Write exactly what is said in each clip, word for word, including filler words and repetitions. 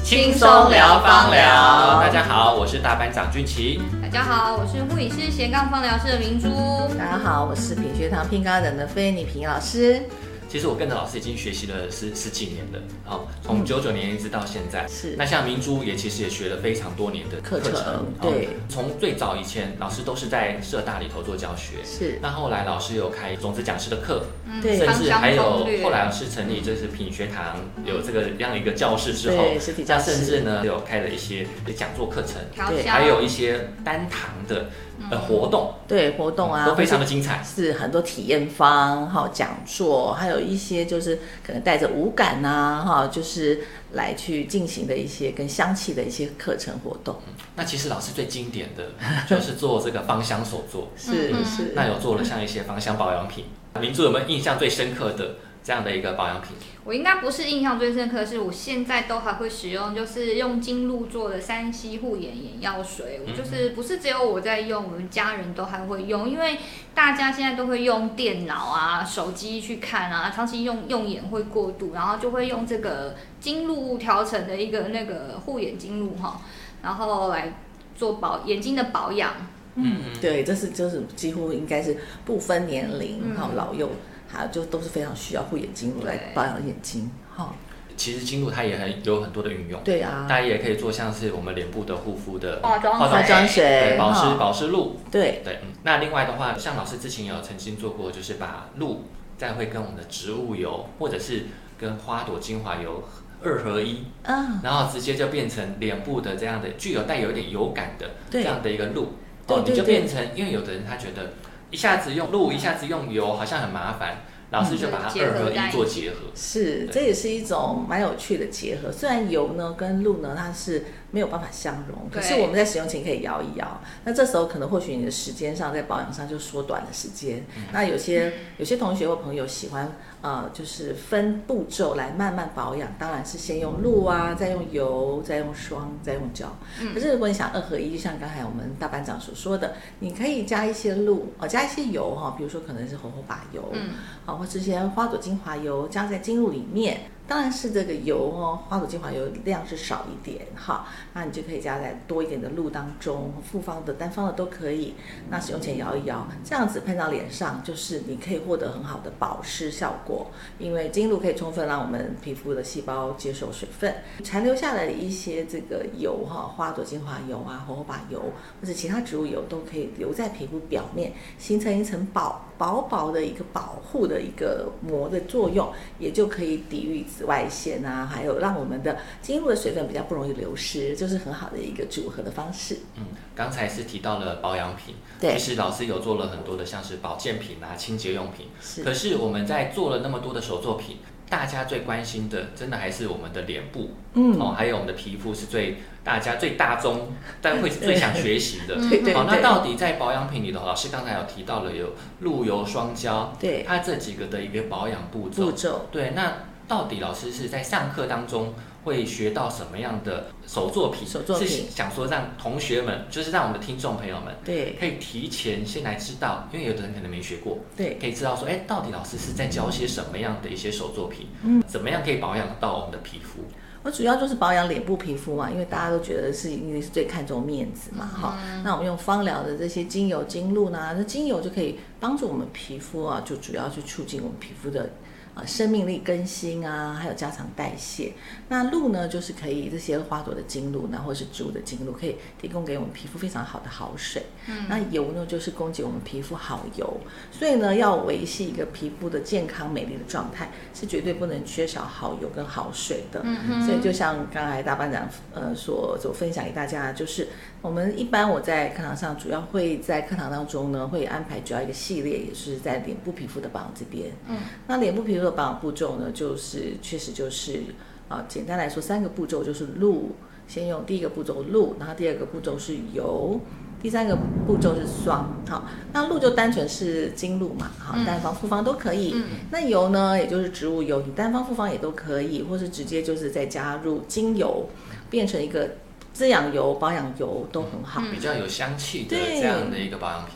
轻松聊芳疗。大家好，我是大班长俊奇。 大家好，我是护理师斜杠芳疗师的明珠。 大家好，我是品学堂品咖人的菲尼平老师。 其实我跟着老师已经学习了十十几年了，好，从九九年一直到现在。 是。 那像明珠也其实也学了非常多年的课程， 课程对。 从最早以前，老师都是在社大里头做教学， 是。 那后来老师有开种子讲师的课， 嗯、 对，甚至还有后来是成立就是品学堂有这个样一个教室之后， 对，实体教室， 甚至呢有开了一些讲座课程， 对， 还有一些单堂的。呃，活动对活动啊， 都非常的精彩， 是很多体验坊、哈讲座，还有一些就是可能带着五感呐、啊，哈，就是来去进行的一些跟香气的一些课程活动。 嗯、那其实老师最经典的就是做这个芳香手作， 是嗯、 是。 那有做了像一些芳香保养品，明珠有没有印象最深刻的这样的一个保养品？ 我应该不是印象最深刻，是我现在都还会使用，就是用金露做的三 C 护眼眼药水。我就是不是只有我在用，我们家人都还会用，因为大家现在都会用电脑啊、手机去看啊，长期用用眼会过度，然后就会用这个金露调成的一个那个护眼金露哈，然后来做保眼睛的保养。 嗯，对，这是就是几乎应该是不分年龄，哈、嗯，老幼。还有就都是非常需要护眼金露来保养眼睛，哈。 其实金露它也很有很多的运用， 对啊， 大家也可以做像是我们脸部的护肤的化妆化妆水、 保湿保湿露， 对对、嗯。那另外的话，像老师之前有曾经做过，就是把露再会跟我们的植物油或者是跟花朵精华油二合一，嗯，然后直接就变成脸部的这样的具有带有一点油感的这样的一个露，哦，你就变成，因为有的人他觉得。一下子用露，一下子用油，好像很麻烦。老师就把它二合一做结合， 是，这也是一种蛮有趣的结合。虽然油呢跟露呢它是没有办法相容，可是我们在使用前可以摇一摇。那这时候可能或许你的时间上在保养上就缩短了时间。嗯、那有些有些同学或朋友喜欢呃就是分步骤来慢慢保养，当然是先用露啊，再用油，再用霜，再用胶。嗯、可是如果你想二合一，就像刚才我们大班长所说的，你可以加一些露，哦，加一些油哈，比如说可能是猴猴把油，嗯，好、哦。或这些花朵精华油加在金露里面，当然是这个油哦，花朵精华油量是少一点哈，那你就可以加在多一点的露当中，复方的、单方的都可以。那使用前摇一摇，这样子喷到脸上，就是你可以获得很好的保湿效果。因为金露可以充分让我们皮肤的细胞接受水分，残留下来的一些这个油哈，花朵精华油啊、猴猴把油或者其他植物油都可以留在皮肤表面，形成一层保薄薄的一个保护的一个膜的作用，也就可以抵御紫外线啊，还有让我们的金露的水分比较不容易流失，就是很好的一个组合的方式。 嗯，刚才是提到了保养品， 对， 其实老师有做了很多的像是保健品啊、清洁用品， 是。 可是我们在做了那么多的手作品，大家最关心的，真的还是我们的脸部，嗯，哦，还有我们的皮肤是最大家最大宗，但会最想学习的。 对对。 好，那到底在保养品里头，老师刚才有提到了有露油、霜胶， 对， 它这几个的一个保养步骤。 步骤。 对，那到底老师是在上课当中会学到什么样的手作品？ 手作品是想说让同学们，就是让我们的听众朋友们， 对， 可以提前先来知道，因为有的人可能没学过， 对， 可以知道说，哎，到底老师是在教些什么样的一些手作品？嗯，怎么样可以保养到我们的皮肤？ 我主要就是保养脸部皮肤嘛，因为大家都觉得是因为是最看重面子嘛，哈、嗯。那我们用芳疗的这些精油、精露呢，那精油就可以帮助我们皮肤啊，就主要去促进我们皮肤的。啊，生命力更新啊，还有加强代谢。那露呢，就是可以这些花朵的精露呢，或者是植物的精露，可以提供给我们皮肤非常好的好水。嗯，那油呢，就是供给我们皮肤好油。所以呢，要维系一个皮肤的健康美丽的状态，是绝对不能缺少好油跟好水的。嗯，所以就像刚才大班长呃所所分享给大家，就是我们一般我在课堂上主要会在课堂当中呢，会安排主要一个系列，也是在脸部皮肤的保养这边。嗯，那脸部皮肤保养步骤呢，就是确实就是啊，简单来说三个步骤就是露，先用第一个步骤露，然后第二个步骤是油，第三个步骤是霜。好，那露就单纯是精露嘛，好，单方复方都可以。嗯、那油呢，也就是植物油，你单方复方也都可以，或是直接就是再加入精油，变成一个滋养油、保养油都很好， 比较有香气的这样的一个保养品。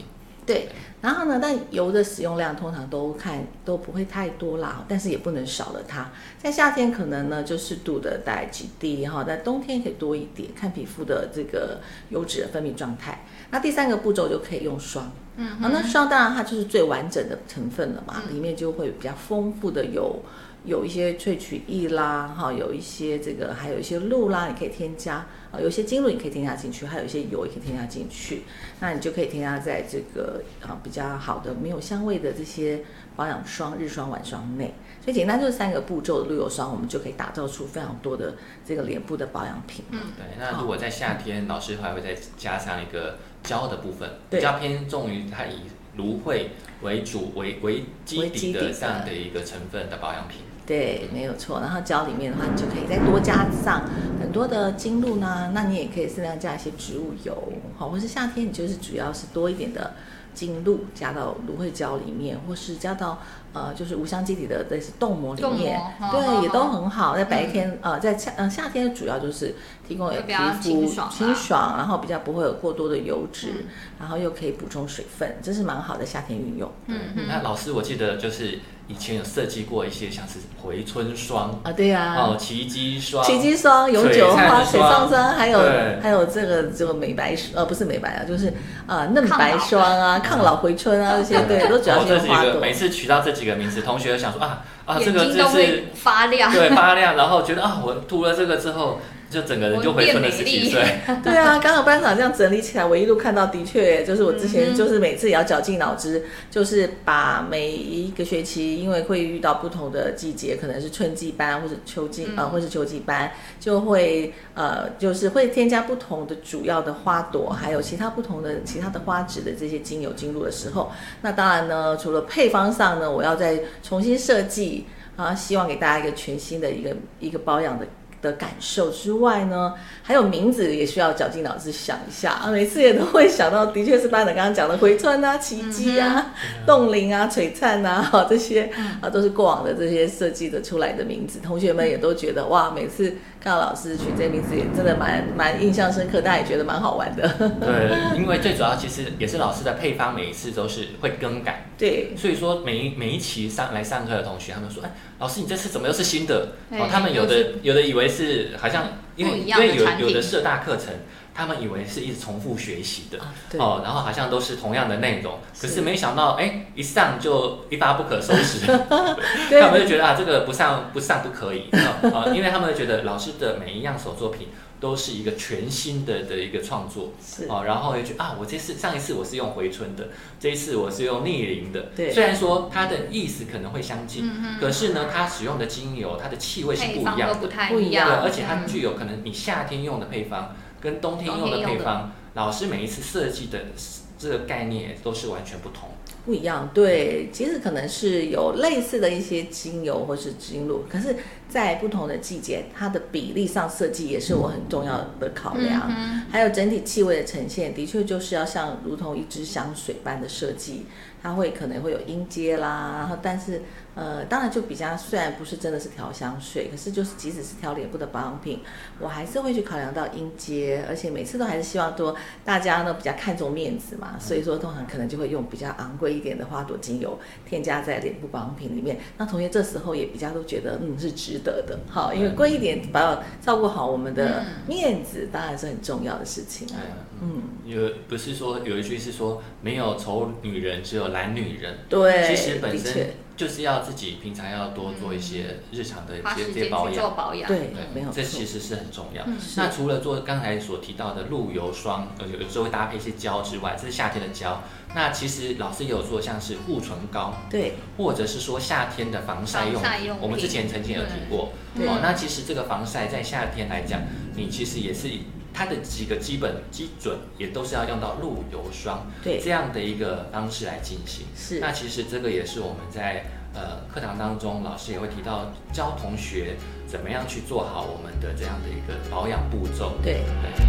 对，然后呢，但油的使用量通常都看都不会太多啦，但是也不能少了它。在夏天可能呢就适度的大概几滴哈，在冬天可以多一点，看皮肤的这个油脂的分泌状态。那第三个步骤就可以用霜，嗯，啊，那霜当然它就是最完整的成分了嘛，嗯、里面就会比较丰富的有有一些萃取液啦，哈，有一些这个还有一些露啦，你可以添加啊，有一些精露你可以添加进去，还有一些油也可以添加进去，那你就可以添加在这个啊比较好的没有香味的这些保养霜、日霜、晚霜内。所以简单就是三个步骤的露油霜，我们就可以打造出非常多的这个脸部的保养品。 嗯，对。那如果在夏天，老师还会再加上一个胶的部分，比较偏重于它以芦荟为主为为基底的这样的一个成分的保养品。 对，没有错。然后胶里面的话，你就可以再多加上很多的精露呢，那你也可以适量加一些植物油，好，或是夏天你就是主要是多一点的精露加到芦荟胶里面，或是加到呃就是无香基底的类似冻膜里面，对，哦、也都很好。在白天、嗯、呃在夏呃夏天主要就是提供皮肤清爽， 清爽，然后比较不会有过多的油脂，嗯、然后又可以补充水分，这是蛮好的夏天运用。 嗯嗯。那老师，我记得就是以前有设计过一些像是回春霜啊，对呀、啊， 哦，奇迹霜、 奇迹霜、永久花、水霜霜，还有还有这个这个美白呃不是美白啊，就是呃嫩白霜啊、抗老回春啊这些，对，都主要是花朵。 每次取到这几个名词，同学想说啊啊，这个就是发亮， 对，发亮，然后觉得啊，我涂了这个之后。就整个人就回春了十几岁。 对啊，刚好班长这样整理起来，我一路看到的确，就是我之前就是每次也要绞尽脑汁，就是把每一个学期，因为会遇到不同的季节，可能是春季班或者秋季、嗯、呃或是秋季班，就会呃就是会添加不同的主要的花朵，还有其他不同的其他的花质的这些精油精露的时候，那当然呢，除了配方上呢，我要再重新设计啊，希望给大家一个全新的一个一个保养的。的感受之外呢，还有名字也需要绞尽脑汁想一下啊，每次也都会想到，的确是班长刚刚讲的回春啊、奇迹啊、嗯、冻龄啊、璀璨啊，这些啊都是过往的这些设计的出来的名字，同学们也都觉得哇，每次看到老师取这些名字也真的蛮蛮印象深刻，大家也觉得蛮好玩的。 对，因为最主要其实也是老师的配方，每一次都是会更改。 对， 所以说每一每一期上来上课的同学，他们说，哎，老师你这次怎么又是新的？哦，他们有的有的以为是好像因为因为有有的社大课程，他们以为是一直重复学习的、啊、哦，然后好像都是同样的内容，可是没想到哎一上就一发不可收拾，他们就觉得啊这个不上不上不可以啊、哦，因为他们觉得老师的每一样手作品都是一个全新的的一个创作，哦，然后也觉得啊我这次上一次我是用回春的，这一次我是用逆龄的，对，虽然说它的意思可能会相近，嗯、可是呢它使用的精油它的气味是不一样的， 不太一样， 对，而且它具有可能你夏天用的配方跟冬天用的配方，老师每一次设计的这个概念都是完全不同。 不一样，对，其实可能是有类似的一些精油或是精露，可是在不同的季节，它的比例上设计也是我很重要的考量。嗯、还有整体气味的呈现，的确就是要像如同一支香水般的设计，它会可能会有音阶啦，然后但是呃，当然就比较虽然不是真的是调香水，可是就是即使是调脸部的保养品，我还是会去考量到音阶，而且每次都还是希望多大家呢比较看重面子嘛，所以说通常可能就会用比较昂贵一点的花朵精油添加在脸部保养品里面，那同学这时候也比较都觉得嗯是值得的，好，因为贵一点保养照顾好我们的面子，当然是很重要的事情啊。 嗯，有不是说有一句是说没有丑女人，只有懒女人。 对， 其实本身就是要自己平常要多做一些日常的一些这些保养， 保养， 对对， 没有， 这其实是很重要。 嗯、 那除了做刚才所提到的露油霜，有时候会搭配一些胶之外，这是夏天的胶。那其实老师也有做像是护唇膏， 对， 或者是说夏天的防晒用品，我们之前曾经有提过。哦，那其实这个防晒在夏天来讲，你其实也是。它的几个基本基准也都是要用到露油霜，对这样的一个方式来进行。是，那其实这个也是我们在呃课堂当中，老师也会提到教同学怎么样去做好我们的这样的一个保养步骤。 对对。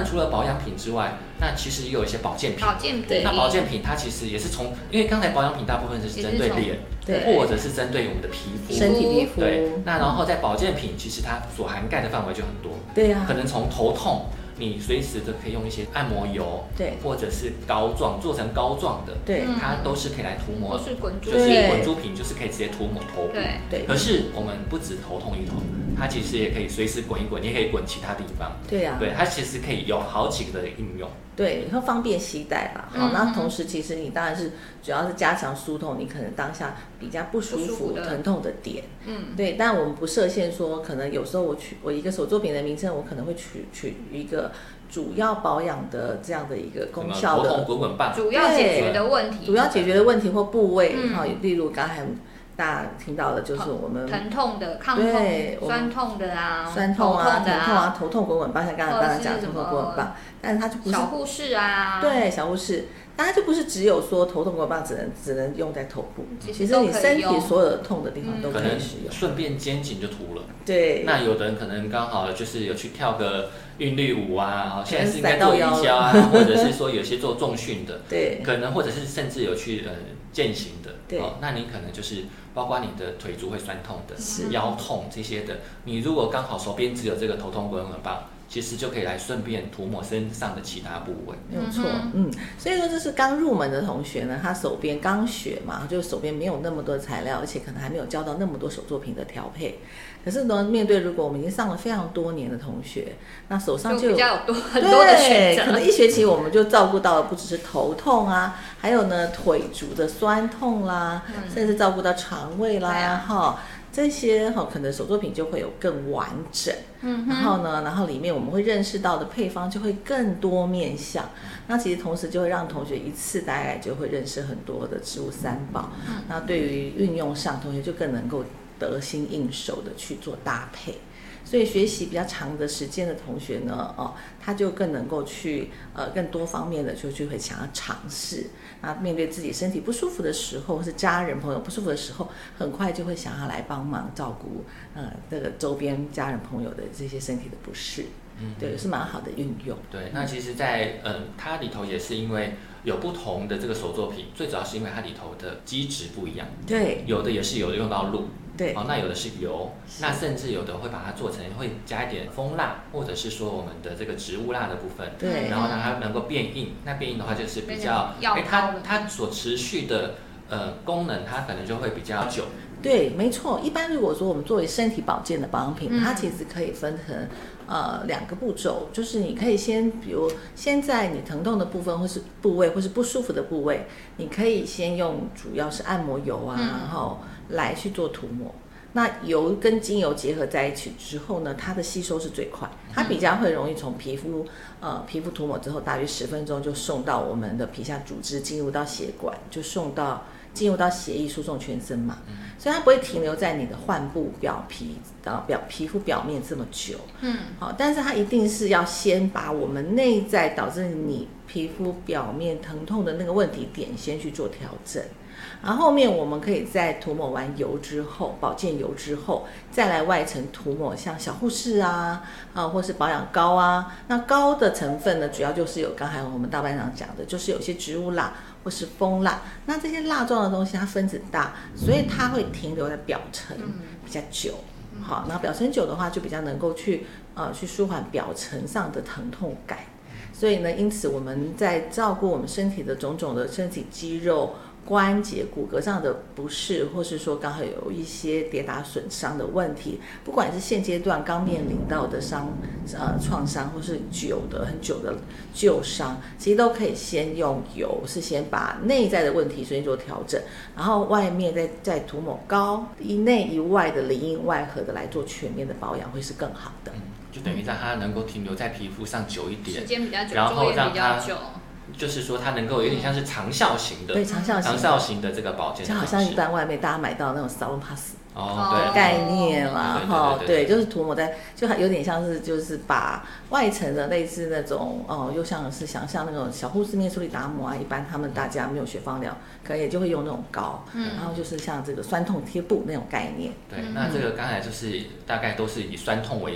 除了保养品之外，那其实也有一些保健品。 保健品， 那保健品它其实也是从，因为刚才保养品大部分是针对脸，或者是针对我们的皮肤、 身体皮肤。 对，那然后在保健品，其实它所涵盖的范围就很多。 对呀、啊， 可能从头痛。你随时都可以用一些按摩油， 对， 或者是膏状做成膏状的， 对， 它都是可以来涂抹， 都是滚珠， 就是滚珠瓶，就是可以直接涂抹头部。 对对。 可是我们不止头痛一头，它其实也可以随时滚一滚，你也可以滚其他地方。 对呀、啊， 对，它其实可以有好几个的应用。 对，会方便携带啦。好，那、嗯、同时其实你当然是主要是加强疏通，你可能当下比较不舒服、疼痛的点。嗯，对。但我们不设限说，可能有时候我取我一个手作品的名称，我可能会取取一个主要保养的这样的一个功效的， 头痛滚滚棒， 主要解决的问题， 主要解决的问题或部位。好、嗯，例如刚才大家听到的就是我们疼痛的、抗痛、酸痛的啊， 酸痛啊、 头痛啊、 头痛啊、头痛滚滚棒，像刚才刚才讲头痛滚滚棒，但是它就不是小护士啊， 对，小护士，但它就不是只有说头痛滚滚棒只能只能用在头部，其实你身体所有的痛的地方都可以使用， 顺便肩颈就涂了。 对， 那有的人可能刚好就是有去跳个韵律舞啊，现在是应该做瑜伽啊，或者是说有些做重训的， 对， 可能或者是甚至有去呃健行的， 对、 哦，那你可能就是包括你的腿足会酸痛的，腰痛这些的，你如果刚好手边只有这个头痛滚滚棒，其实就可以来顺便涂抹身上的其他部位。 没有错，嗯，所以说这是刚入门的同学呢，他手边刚学嘛，就手边没有那么多材料，而且可能还没有教到那么多手作品的调配。可是呢，面对如果我们已经上了非常多年的同学，那手上就有比较有多很多的选择， 可能一学期我们就照顾到的不只是头痛啊，还有呢腿足的酸痛啦，嗯、甚至照顾到肠胃啦，哈、啊。这些哈可能手作品就会有更完整，嗯，然后呢，然后里面我们会认识到的配方就会更多面向。那其实同时就会让同学一次大概就会认识很多的植物三宝。嗯，那对于运用上，同学就更能够得心应手的去做搭配。所以学习比较长的时间的同学呢，哦，他就更能够去呃更多方面的就就会想要尝试。那面对自己身体不舒服的时候，或是家人朋友不舒服的时候，很快就会想要来帮忙照顾呃这个周边家人朋友的这些身体的不适。嗯，对，是蛮好的运用。 对，那其实在，嗯，它里头也是因为有不同的这个手作品，最主要是因为它里头的基质不一样。 对， 有的也是有用到鹿。 对， 哦，那有的是油，那甚至有的会把它做成会加一点蜂蜡，或者是说我们的这个植物蜡的部分， 对， 然后让它能够变硬。那变硬的话就是比较，哎，它它所持续的呃功能，它可能就会比较久。 对，没错。一般如果说我们作为身体保健的保养品，嗯、它其实可以分成呃两个步骤，就是你可以先，比如先在你疼痛的部分或是部位或是不舒服的部位，你可以先用主要是按摩油啊，嗯、然后来去做涂抹。那油跟精油结合在一起之后呢，它的吸收是最快，它比较会容易从皮肤呃皮肤涂抹之后，大约十分钟就送到我们的皮下组织，进入到血管，就送到进入到血液输送全身嘛，嗯、所以它不会停留在你的患部表皮啊表皮肤表面这么久，嗯，好，但是它一定是要先把我们内在导致你皮肤表面疼痛的那个问题点先去做调整。然后后面我们可以在涂抹完油之后，保健油之后，再来外层涂抹像小护士啊，啊或是保养膏啊。那膏的成分呢，主要就是有刚才我们大班长讲的，就是有些植物蜡或是蜂蜡。那这些蜡状的东西，它分子大，所以它会停留在表层比较久。好，那表层久的话，就比较能够去呃去舒缓表层上的疼痛感。所以呢，因此我们在照顾我们身体的种种的身体肌肉、关节、骨骼上的不适，或是说刚好有一些跌打损伤的问题，不管是现阶段刚面临到的伤呃创伤，或是久的很久的旧伤，其实都可以先用油，是先把内在的问题先做调整，然后外面再再涂抹膏，一内一外的里应外合的来做全面的保养，会是更好的。 嗯，就等于让它能够停留在皮肤上久一点， 时间比较久， 然后让它就是说它能够有点像是长效型的， 对，长效型长效型的这个保健， 就好像一般外面大家买到那种 salon pass 哦，对， 概念啦，哈，对，就是涂抹在，就有点像是就是把外层的类似那种哦，又像是想像那种小护士面舒利达摩啊，一般他们大家没有学芳疗，可能也就会用那种膏，嗯，然后就是像这个酸痛贴布那种概念。 对，那这个刚才就是大概都是以酸痛为主。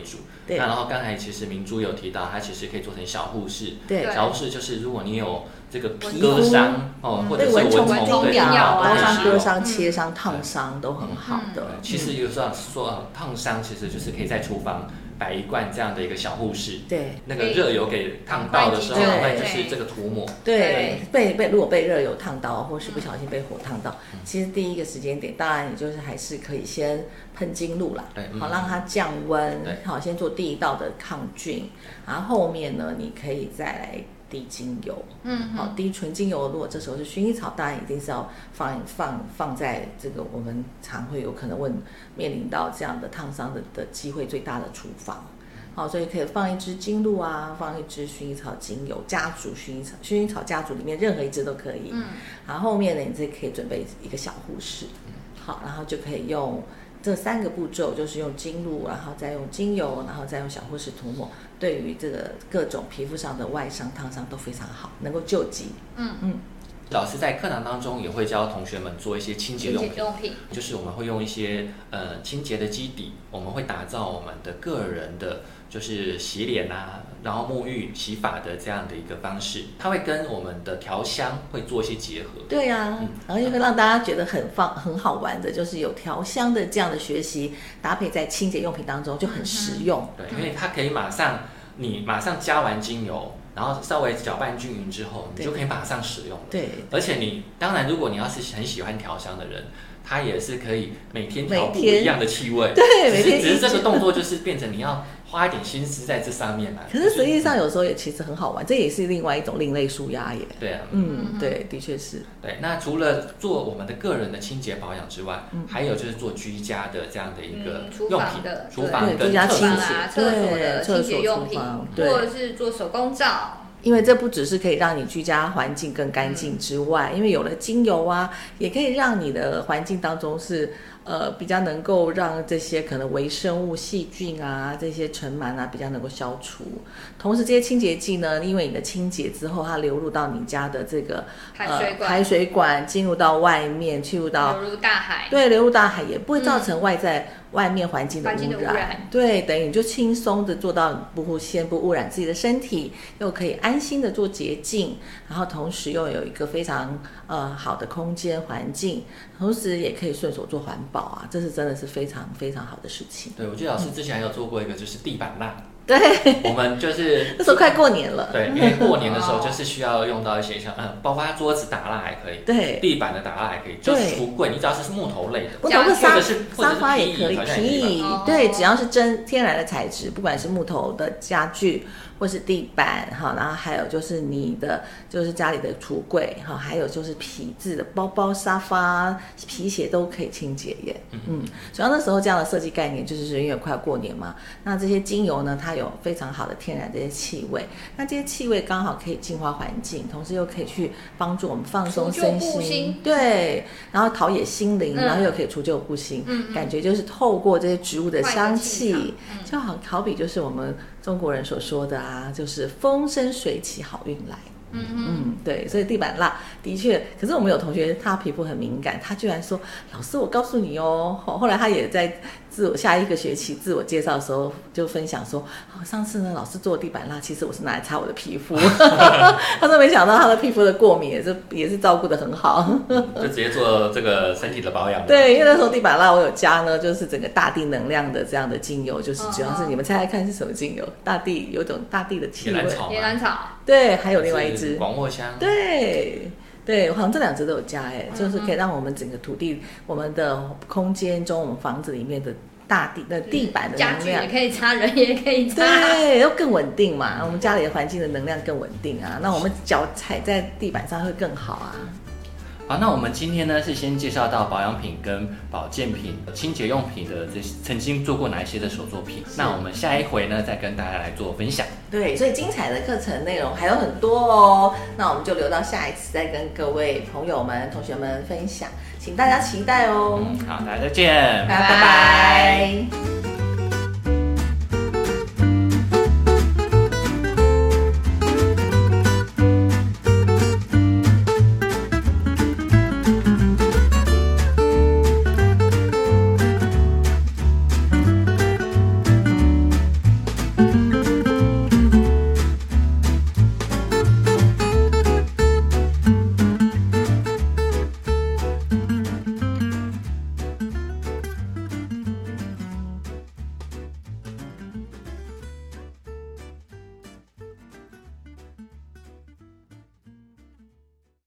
对。 那然后刚才其实明珠有提到，它其实可以做成小护士。 对。 小护士就是如果你有这个割伤哦，或者是蚊虫叮咬、 刀伤、割伤、切伤、烫伤都很好的。 其实有时候说烫伤，其实就是可以在厨房摆一罐这样的一个小护士， 对， 那个热油给烫到的时候，那就是这个涂抹。 对，被被如果被热油烫到，或是不小心被火烫到，其实第一个时间点，当然你就是还是可以先喷精露啦， 对， 好让它降温，好先做第一道的抗菌，然后后面呢，你可以再来滴精油，嗯，好，滴纯精油。如果这时候是薰衣草，当然一定是要放放放在这个我们常会有可能问面临到这样的烫伤的的机会最大的厨房，好，所以可以放一支精露啊，放一支薰衣草精油，家族薰衣草薰衣草家族里面任何一支都可以，嗯，然后后面呢，你这可以准备一个小护士，好，然后就可以用这三个步骤，就是用精露，然后再用精油，然后再用小护士涂抹，对于这个各种皮肤上的外伤、烫伤都非常好，能够救急。嗯嗯。 老师在课堂当中也会教同学们做一些清洁用品， 用品就是我们会用一些呃清洁的基底，我们会打造我们的个人的，就是洗脸啊，然后沐浴、洗发的这样的一个方式，它会跟我们的调香会做一些结合。 对啊，嗯、然后也会让大家觉得很放很好玩的，就是有调香的这样的学习搭配在清洁用品当中就很实用。 嗯、对，因为它可以马上你马上加完精油。然后稍微搅拌均匀之后，你就可以马上使用了。 对， 而且你当然，如果你要是很喜欢调香的人，他也是可以每天调不一样的气味。 对，每天只是这个动作就是变成你要花一点心思在这上面来。 可是实际上有时候也其实很好玩，这也是另外一种另类舒压耶。 对啊， 嗯，对，的确是。 对，那除了做我们的个人的清洁保养之外，嗯、还有就是做居家的这样的一个用品， 的厨房跟居家清洁、 厕所的清洁用品，或者是做手工皂。 因为这不只是可以让你居家环境更干净之外，因为有了精油啊，也可以让你的环境当中是呃比较能够让这些可能微生物、细菌啊这些尘螨啊比较能够消除。同时，这些清洁剂呢，因为你的清洁之后，它流入到你家的这个排水管， 呃、排水管进入到外面，进入到流入大海， 对，流入大海也不会造成外在。嗯外面环境的污 染, 的污染对，等于你就轻松的做到不先不污染自己的身体，又可以安心的做洁净，然后同时又有一个非常呃好的空间环境，同时也可以顺手做环保啊，这是真的是非常非常好的事情。 对，我记得老师之前还有做过一个就是地板蜡。 对， 我们就是那时候快过年了， 对，因为过年的时候就是需要用到一些像嗯，包括桌子打蜡还可以， 对， 地板的打蜡还可以，就是橱柜，你只要是木头类的， 木头的沙是沙发也可以，皮椅，对，只要是真天然的材质，不管是木头的家具或是地板哈，然后还有就是你的就是家里的橱柜哈，还有就是皮质的包包、沙发、皮鞋都可以清洁耶。嗯嗯，主要那时候这样的设计概念就是因为快过年嘛，那这些精油呢，它有非常好的天然这些气味，那这些气味刚好可以净化环境，同时又可以去帮助我们放松身心，对，然后陶冶心灵，嗯、然后又可以除旧布新，嗯、感觉就是透过这些植物的香气，嗯、就好好比就是我们中国人所说的啊，就是风生水起，好运来。嗯嗯，对，所以地板蜡的确，可是我们有同学他皮肤很敏感，他居然说：“老师，我告诉你哦。”后来他也在自我下一个学期自我介绍的时候就分享说：“哦，上次呢老师做地板蜡，其实我是拿来擦我的皮肤。”他说没想到他的皮肤的过敏也是也是照顾得很好， 就直接做这个身体的保养。 对，因为那时候地板蜡我有加呢，就是整个大地能量的这样的精油，就是主要是你们猜猜看是什么精油？大地有种大地的气味， 野兰草， 野兰草。 对，还有另外一支广藿香。 对对，好像这两支都有加哎，嗯、就是可以让我们整个土地、我们的空间中、我们房子里面的大地的地板的能量， 家具也可以擦，人也可以擦， 对，又更稳定嘛。我们家里的环境的能量更稳定啊，那我们脚踩在地板上会更好啊。 好，那我们今天呢是先介绍到保养品跟保健品、清洁用品的这曾经做过哪一些的手作品。那我们下一回呢再跟大家来做分享。 对，所以精彩的课程内容还有很多哦。那我们就留到下一次再跟各位朋友们、同学们分享，请大家期待哦。 嗯，好，大家再见， 拜拜。